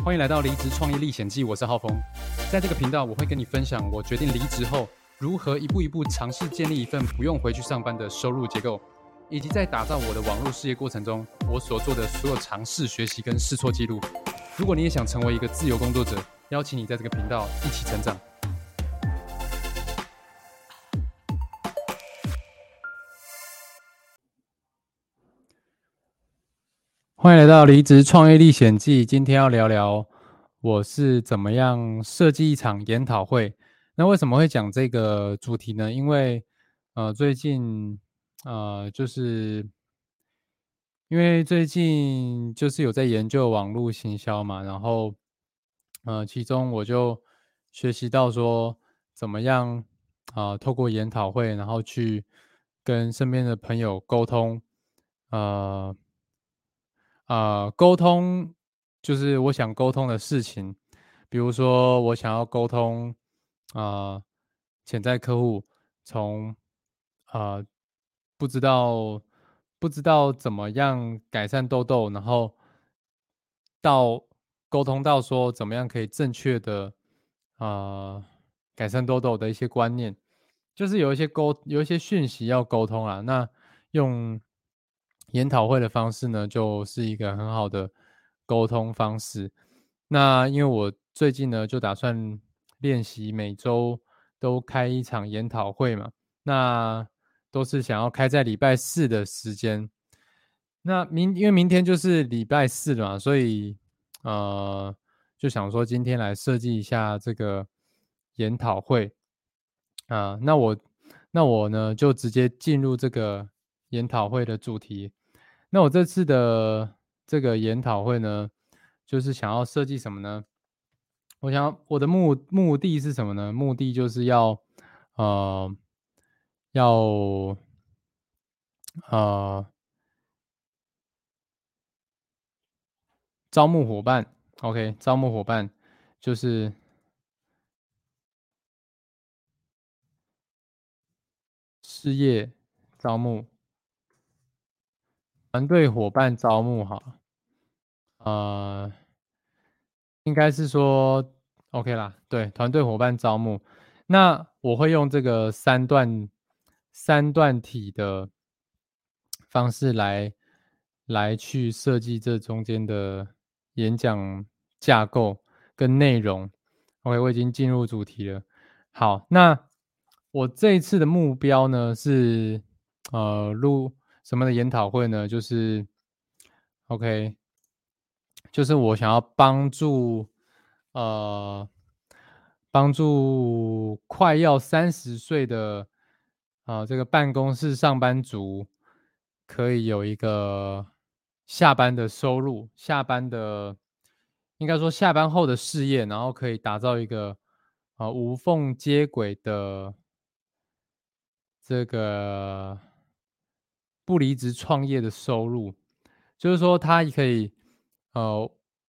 欢迎来到离职创业历险记，我是浩峰。在这个频道，我会跟你分享我决定离职后如何一步一步尝试建立一份不用回去上班的收入结构，以及在打造我的网络事业过程中，我所做的所有尝试、学习跟试错记录。如果你也想成为一个自由工作者，邀请你在这个频道一起成长。欢迎来到离职创业历险记，今天要聊聊我是怎么样设计一场研讨会。那为什么会讲这个主题呢？因为最近就是因为最近就是有在研究网络行销嘛，然后其中我就学习到说怎么样透过研讨会，然后去跟身边的朋友沟通，呃沟通就是我想沟通的事情，比如说我想要沟通潜在客户从呃不知道不知道怎么样改善痘痘，然后到沟通到说怎么样可以正确的改善痘痘的一些观念，就是有一些讯息要沟通啦。那用研讨会的方式呢，就是一个很好的沟通方式。那因为我最近呢，就打算练习每周都开一场研讨会嘛，那都是想要开在礼拜四的时间。那因为明天就是礼拜四了嘛，所以就想说今天来设计一下这个研讨会那我呢就直接进入这个研讨会的主题。那我这次的这个研讨会呢，就是想要设计什么呢？我的目的是什么呢？目的就是呃要呃招募伙伴。OK， 招募伙伴就是事业招募、团队伙伴招募好。呃，应该是说 OK 啦，对，团队伙伴招募。那我会用这个三段体的方式来去设计这中间的演讲架构跟内容。OK，我已经进入主题了。好，那我这一次的目标呢是录什么的研讨会呢？就是 OK，就是我想要呃帮助快要30岁的这个办公室上班族，可以有一个下班的收入，应该说下班后的事业，然后可以打造一个无缝接轨的这个不离职创业的收入。就是说他可以呃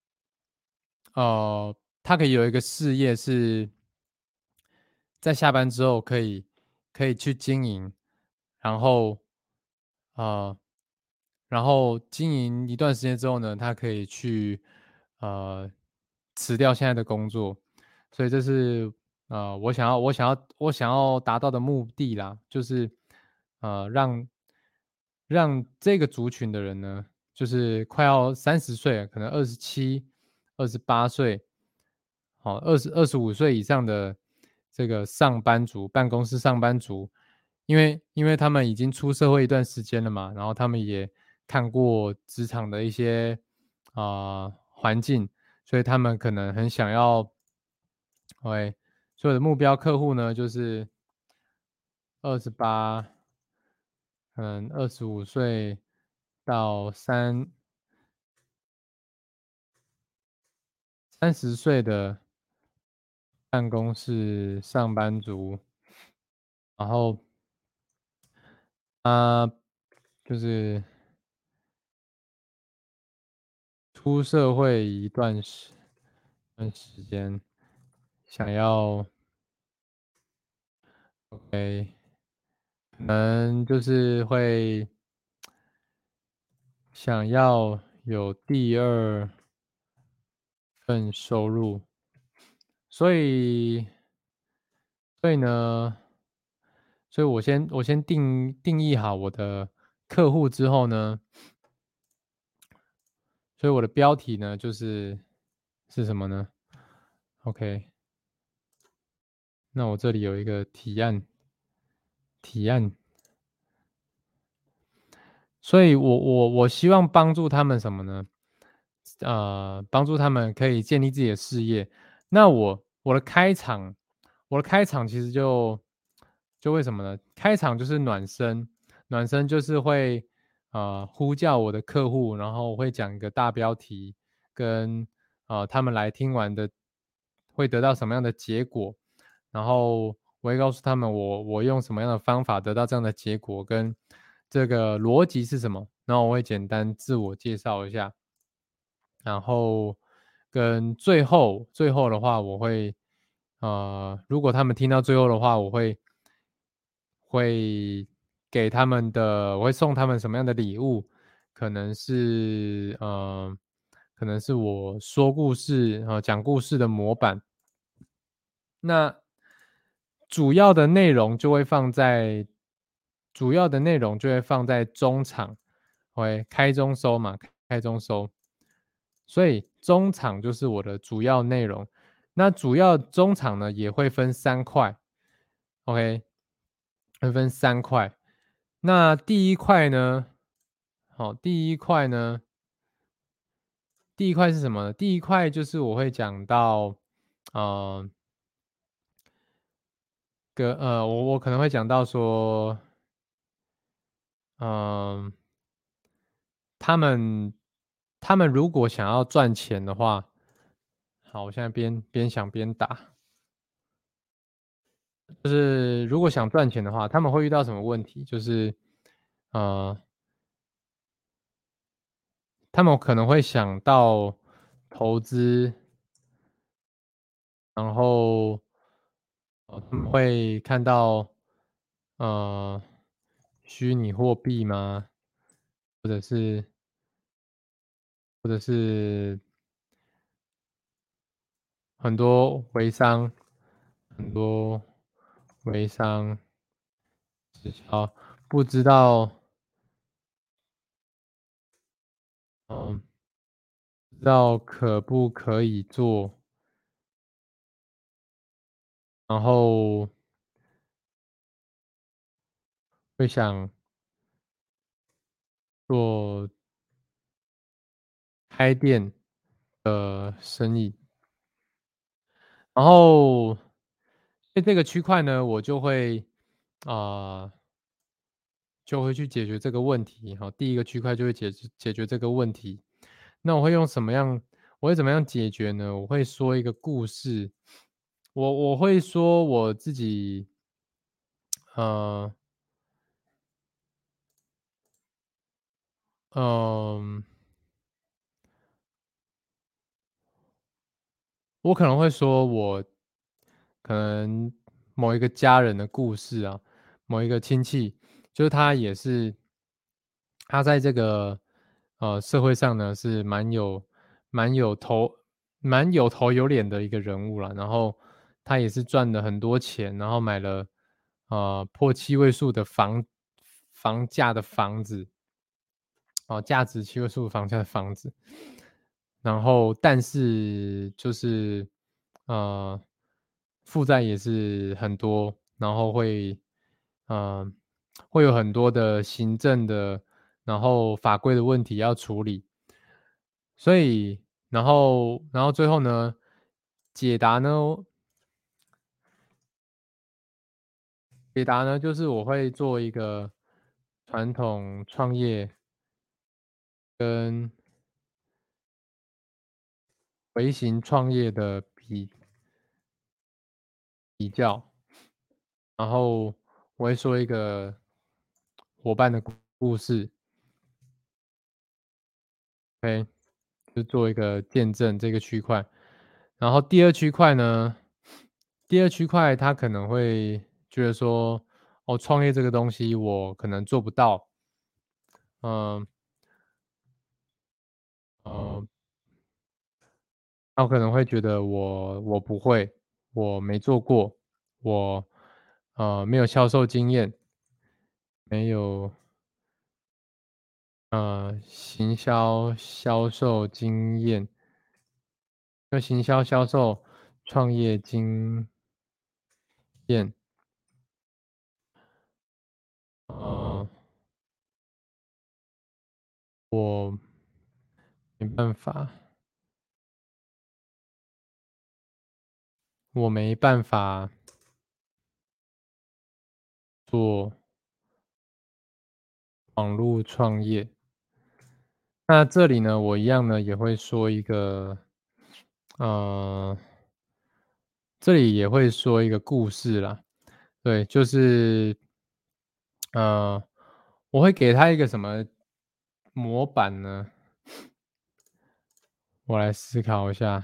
他可以有一个事业是在下班之后可以去经营，然后呃然后经营一段时间之后呢，他可以去辞掉现在的工作。所以这是我想要达到的目的啦，就是呃让让这个族群的人呢，就是快要30岁了，可能27、28岁，好25岁以上的这个上班族，办公室上班族，因为他们已经出社会一段时间了嘛，然后他们也看过职场的一些环境，所以他们可能很想要，OK，所有的目标客户呢，就是28，25岁到30岁的办公室上班族，然后就是出社会一段时间，想要 OK，可能就是会想要有第二份收入。所以，所以呢，所以我先定义好我的客户之后呢，所以我的标题呢是什么呢？OK，那我这里有一个提案，所以我希望帮助他们什么呢？帮助他们可以建立自己的事业。那我的开场其实就为什么呢？开场就是暖身，暖身就是会呼叫我的客户，然后我会讲一个大标题，跟他们来听完的会得到什么样的结果，然后我会告诉他们我用什么样的方法得到这样的结果，跟这个逻辑是什么，然后我会简单自我介绍一下。然后跟最后的话，我会如果他们听到最后的话，我会给他们的，我会送他们什么样的礼物？可能是可能是我说故事讲故事的模板。那主要的内容就会放在中场，会开中收嘛，开中收。所以中场就是我的主要内容。那主要中场呢也会分3块，OK，会分3块。那第一块呢，好，第一块是什么呢？第一块就是我会讲到，呃，我可能会讲到说，嗯、他们他们如果想要赚钱的话，好，我现在边想边打。就是如果想赚钱的话，他们会遇到什么问题？就是呃，他们可能会想到投资，然后他们会看到呃虚拟货币吗？或者是或者是很多微商，很多微商直销不知道，嗯，不知道可不可以做，然后会想做开店的生意。然后在这个区块呢，我啊、就会去解决这个问题。好，第一个区块就会解决这个问题。那我会用什么样？我会怎么样解决呢？我会说一个故事，我会说我自己，呃，嗯、我可能会说我可能某一个家人的故事啊，某一个亲戚，就是他也是他在这个社会上呢是蛮有头蛮有头有脸的一个人物啦。然后他也是赚了很多钱，然后买了破7位数的房价的房子，价值7位数房价的房子。然后但是就是呃负债也是很多，然后呃会有很多的行政的，然后法规的问题要处理。所以然后最后呢，解答呢就是我会做一个传统创业跟微型创业的比较。然后我会说一个伙伴的故事，OK，就做一个见证这个区块。然后第二区块他可能会觉得说，哦，创业这个东西我可能做不到，嗯、 他可能会觉得我不会，我没做过，我没有销售经验，没有行销销售经验，没有行销销售创业经验，呃，我没办法，我没办法做网络创业。那这里呢，我一样呢也会说一个，呃，这里也会说一个故事啦。对，就是呃，我会给他一个什么模板呢？我来思考一下。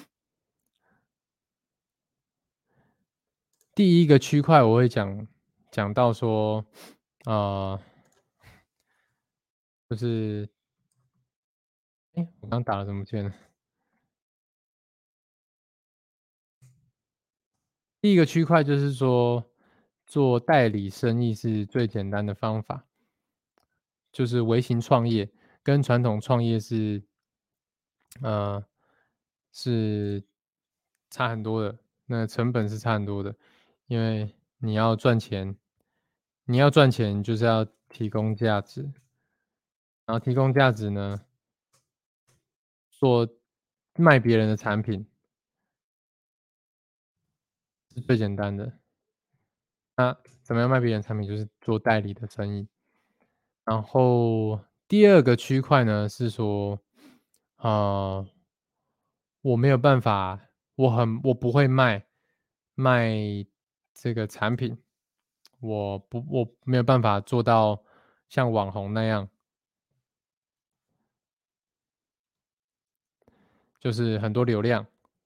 第一个区块我会讲到说，呃，就是我刚打了什么键呢？第一个区块就是说，做代理生意是最简单的方法，就是微型创业跟传统创业呃是差很多的，那成本是差很多的，因为你要赚钱，你要赚钱就是要提供价值，然后提供价值呢，做卖别人的产品是最简单的。那怎么样卖别人产品，就是做代理的生意。然后第二个区块呢是说，呃，我没有办法，我不会卖这个产品，我没有办法做到像网红那样，就是很多流量。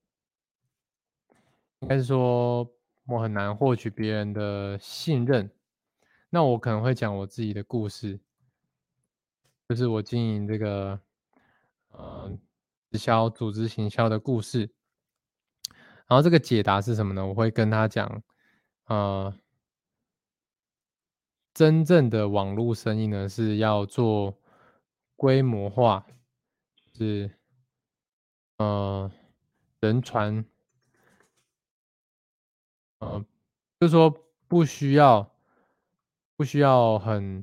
应该是说我很难获取别人的信任。那我可能会讲我自己的故事，就是我经营这个直销组织行销的故事。然后这个解答是什么呢？我会跟他讲，呃，真正的网络生意呢是要做规模化，是人传，就是说不需要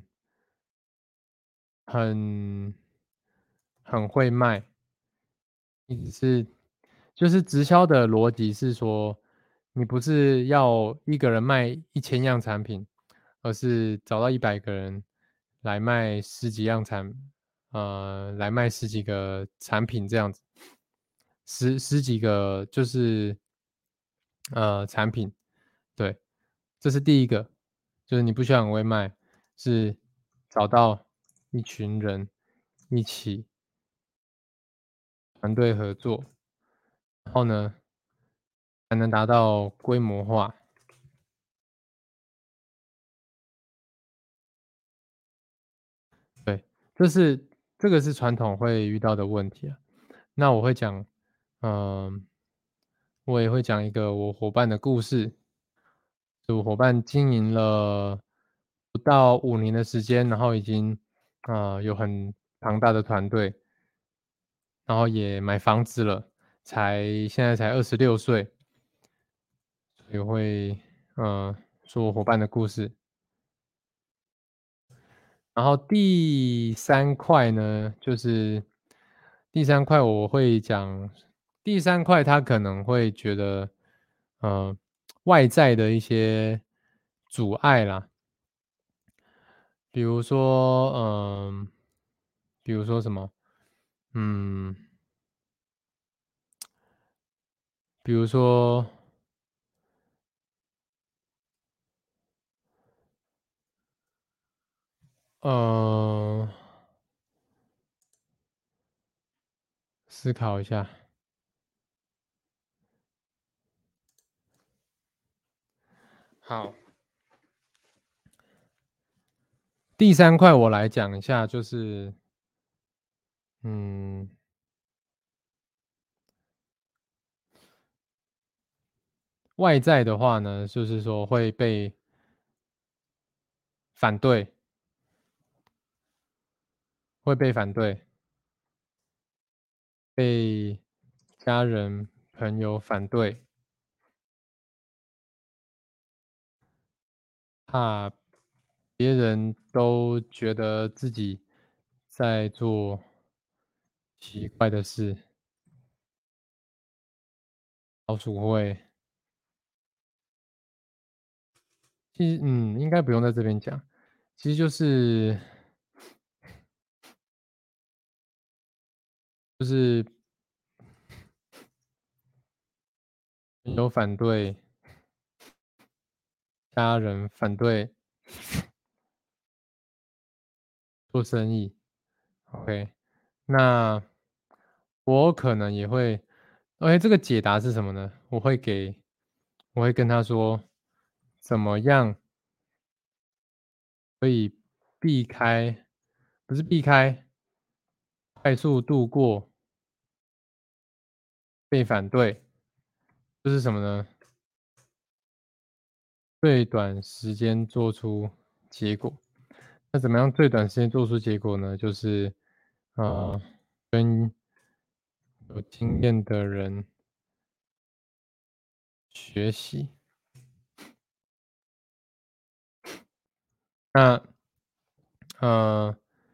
很很会卖，你只是就是直销的逻辑是说，你不是要一个人卖1000样产品，而是找到100个人来卖十几样来卖十几个产品这样子，十几个就是产品，对，这是第一个，就是你不需要很会卖，是找到一群人一起团队合作，然后呢才能达到规模化。对，这个是传统会遇到的问题啊。那我会讲，嗯、我也会讲一个我伙伴的故事。就我伙伴经营了不到5年的时间，然后已经有很庞大的团队，然后也买房子了，现在才26岁，所以我会说我伙伴的故事。然后第三块呢，就是第三块我会讲，第三块他可能会觉得，呃，外在的一些阻碍啦，比如说，比如说什么，嗯，比如说，呃，思考一下。好，第三块我来讲一下，就是，嗯， 外在的话呢，就是说会被反对，会被反对，被家人朋友反对，怕别人都觉得自己在做奇怪的事。老鼠会，其实应该不用在这边讲，其实就是有反对，家人反对做生意。OK，那我可能也会，OK，这个解答是什么呢？我会跟他说，怎么样可以避开，不是避开，快速度过被反对，就是什么呢？最短时间做出结果。那怎么样最短时间做出结果呢？就是跟有经验的人学习。那呃，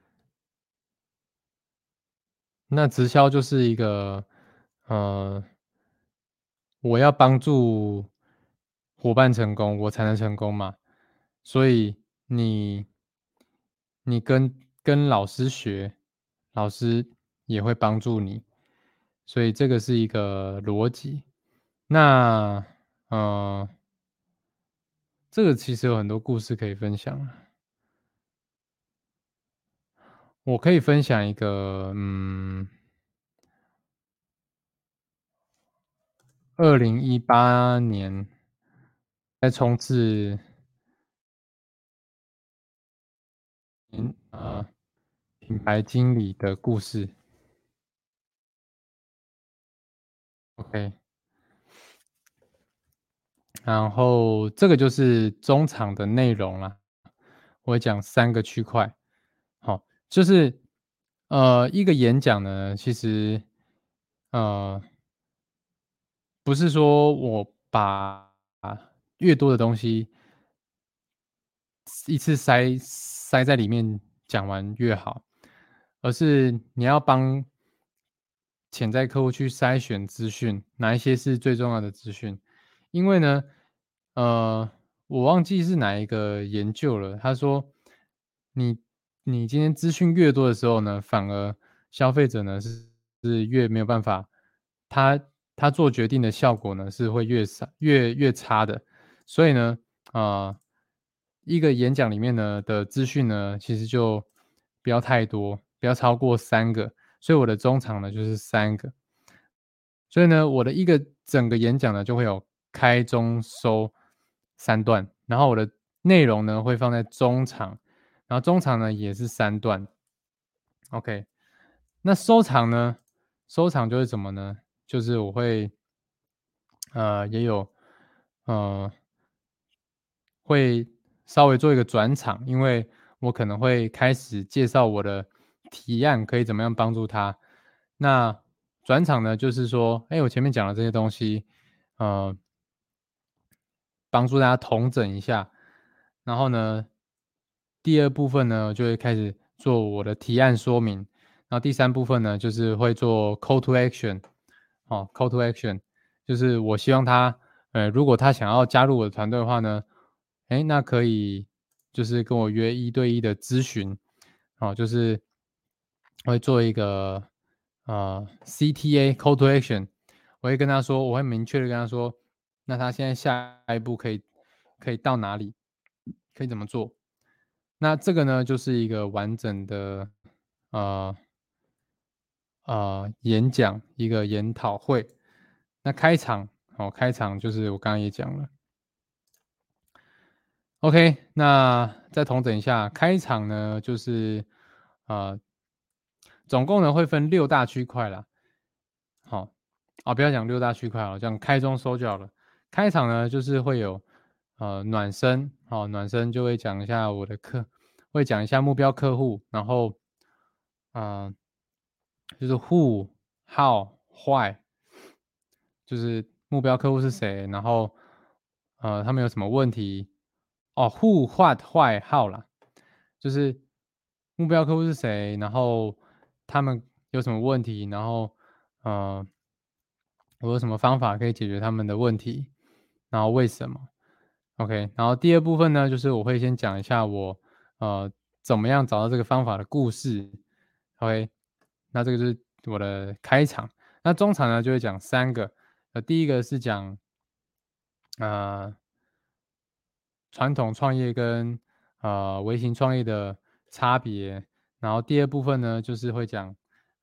那直销就是一个呃，我要帮助伙伴成功，我才能成功嘛。所以你你跟老师学，老师也会帮助你，所以这个是一个逻辑。那这个其实有很多故事可以分享啊。我可以分享一个，2018年在冲刺品牌经理的故事。OK，然后这个就是中场的内容啦。我会讲3个区块。好，就是一个演讲呢，其实呃不是说我把越多的东西一次塞在里面讲完越好，而是你要帮潜在客户去筛选资讯，哪一些是最重要的资讯。因为呢，我忘记是哪一个研究了，他说你你今天资讯越多的时候呢，反而消费者呢是越没有办法，他他做决定的效果呢是会越差的。所以呢，一个演讲里面呢的资讯呢，其实就不要太多，不要超过3个。所以我的中场呢就是3个。所以呢，我的一个整个演讲呢就会有开、中、收3段，然后我的内容呢会放在中场，然后中场呢也是3段。OK，那收场呢？收场就是什么呢？就是我会也有呃会稍微做一个转场，因为我可能会开始介绍我的提案可以怎么样帮助他。那转场呢，就是说，哎，我前面讲的这些东西，呃，帮助大家统整一下。然后呢，第二部分呢，就会开始做我的提案说明。然后第三部分呢，就是会做 call to action。哦，call to action 就是我希望他，如果他想要加入我的团队的话呢，那可以就是跟我约1对1的咨询。哦，就是会做一个CTA call to action，我会跟他说，我会明确的跟他说，那他现在下一步可以到哪里，可以怎么做？那这个呢，就是一个完整的呃演讲，一个研讨会。那开场，开场就是我刚刚也讲了。OK，那再统整一下，开场呢就是总共呢会分6大区块啦。好，不要讲6大区块了，讲开中收就好了。 开场呢就是会有暖身，暖身就会讲一下会讲一下目标客户，然后就是 who、how、why，就是目标客户是谁，然后他们有什么问题who、what、why、how 啦，就是目标客户是谁，然后他们有什么问题，然后我有什么方法可以解决他们的问题，然后为什么？OK，然后第二部分呢，就是我会先讲一下我怎么样找到这个方法的故事。OK，那这个就是我的开场。那中场呢就会讲3个，第一个是讲传统创业跟微型创业的差别，然后第二部分呢就是会讲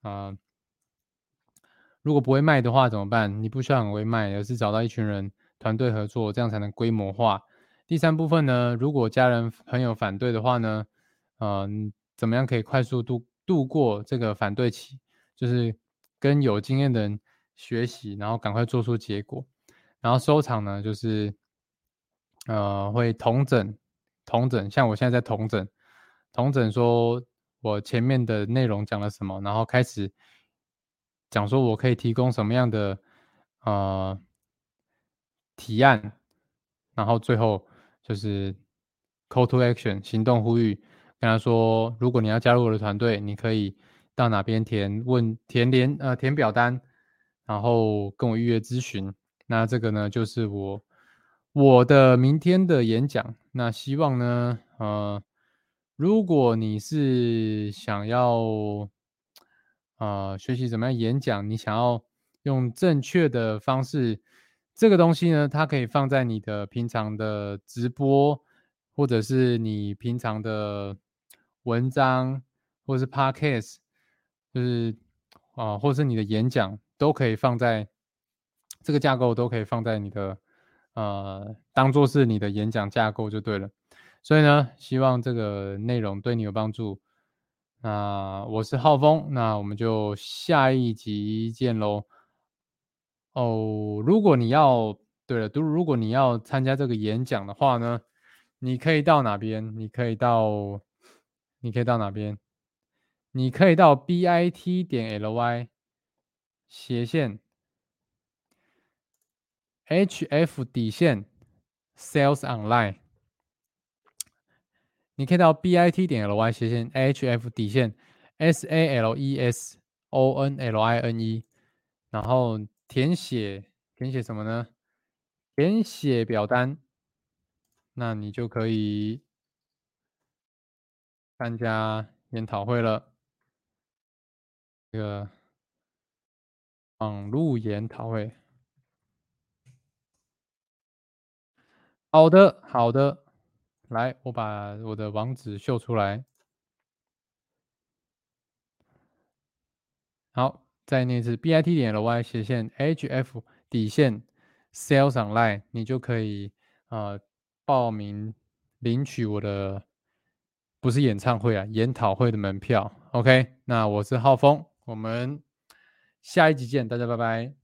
如果不会卖的话怎么办？你不需要很会卖，而是找到一群人团队合作，这样才能规模化。第三部分呢，如果家人朋友反对的话呢，怎么样可以快速度过这个反对期？就是跟有经验的人学习，然后赶快做出结果。然后收场呢，就是会统整，像我现在在统整说我前面的内容讲了什么，然后开始讲说我可以提供什么样的提案，然后最后就是 call to action 行动呼吁，跟他说，如果你要加入我的团队，你可以到哪边填表单，然后跟我预约咨询。那这个呢，就是我的明天的演讲。那希望呢，如果你是想要学习怎么样演讲，你想要用正确的方式，这个东西呢，它可以放在你的平常的直播，或者是你平常的文章，或者是 podcast，就是或者是你的演讲，都可以放在这个架构，都可以放在你的当做是你的演讲架构就对了。所以呢，希望这个内容对你有帮助。那我是浩峰，那我们就下一集见喽。如果你要，对了，如果你要参加这个演讲的话呢，你可以到哪边？你可以到哪边？你可以到 bit.ly 斜线 hf 底线 sales online。你可以到 bit.ly 斜线 hf 底线 sales_online，然后填写什么呢？填写表单，那你就可以参加研讨会了。这个网路研讨会。好的，好的，来，我把我的网址秀出来。好，再念一次 bit.ly 斜线 hf 底线 sales online，你就可以报名领取我的不是演唱会啊，研讨会的门票。OK，那我是浩峰，我们下一集见，大家拜拜。